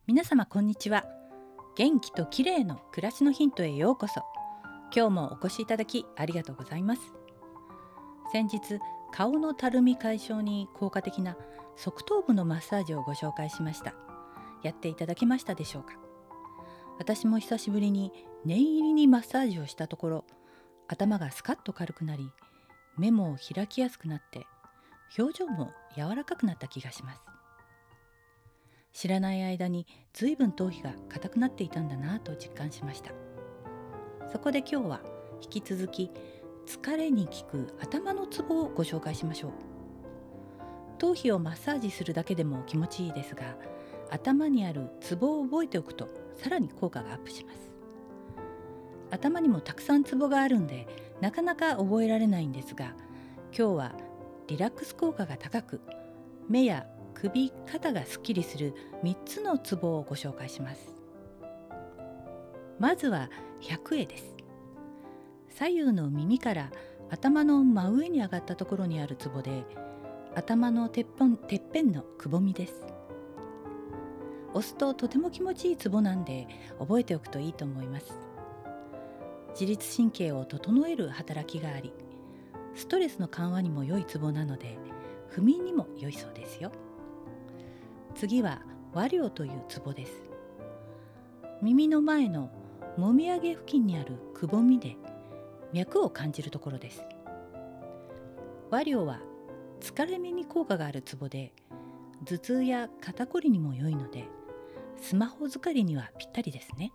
皆様こんにちは。元気と綺麗の暮らしのヒントへようこそ。今日もお越しいただきありがとうございます。先日、顔のたるみ解消に効果的な側頭部のマッサージをご紹介しました。やっていただけましたでしょうか。私も久しぶりに念入りにマッサージをしたところ、頭がスカッと軽くなり、目も開きやすくなって表情も柔らかくなった気がします。知らない間に随分頭皮が硬くなっていたんだなと実感しました。そこで今日は引き続き疲れに効く頭のツボをご紹介しましょう。頭皮をマッサージするだけでも気持ちいいですが、頭にあるツボを覚えておくとさらに効果がアップします。頭にもたくさんツボがあるんでなかなか覚えられないんですが、今日はリラックス効果が高く、目や首、肩がすっきりする3つのツボをご紹介します。まずは百会です。左右の耳から頭の真上に上がったところにあるツボで、頭のてっぺんのくぼみです。押すととても気持ちいいツボなんで覚えておくといいと思います。自律神経を整える働きがあり、ストレスの緩和にも良いツボなので不眠にも良いそうですよ。次は和量というツボです。耳の前のもみあげ付近にあるくぼみで脈を感じるところです。和量は疲れ目に効果があるツボで、頭痛や肩こりにも良いのでスマホ疲れにはぴったりですね。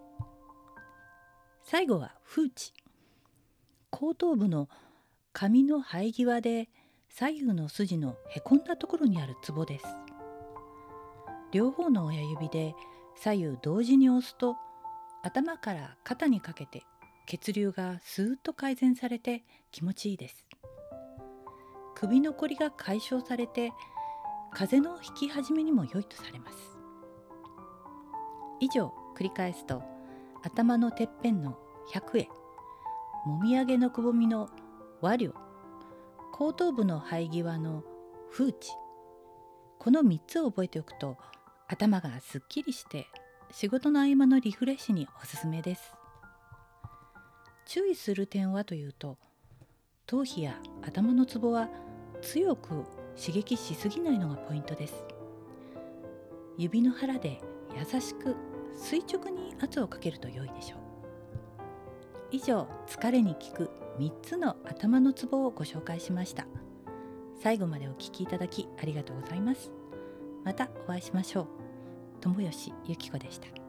最後は風池。後頭部の髪の生え際で左右の筋のへこんだところにあるツボです。両方の親指で左右同時に押すと、頭から肩にかけて血流がスーッと改善されて気持ちいいです。首のこりが解消されて風邪のひき始めにも良いとされます。以上繰り返すと、頭のてっぺんの百会、もみあげのくぼみの和量、後頭部の生え際の風池、この3つを覚えておくと頭がすっきりして仕事の合間のリフレッシュにおすすめです。注意する点はというと、頭皮や頭のツボは強く刺激しすぎないのがポイントです。指の腹で優しく垂直に圧をかけると良いでしょう。以上、疲れに効く3つの頭のツボをご紹介しました。最後までお聞きいただきありがとうございます。またお会いしましょう。友吉ゆき子でした。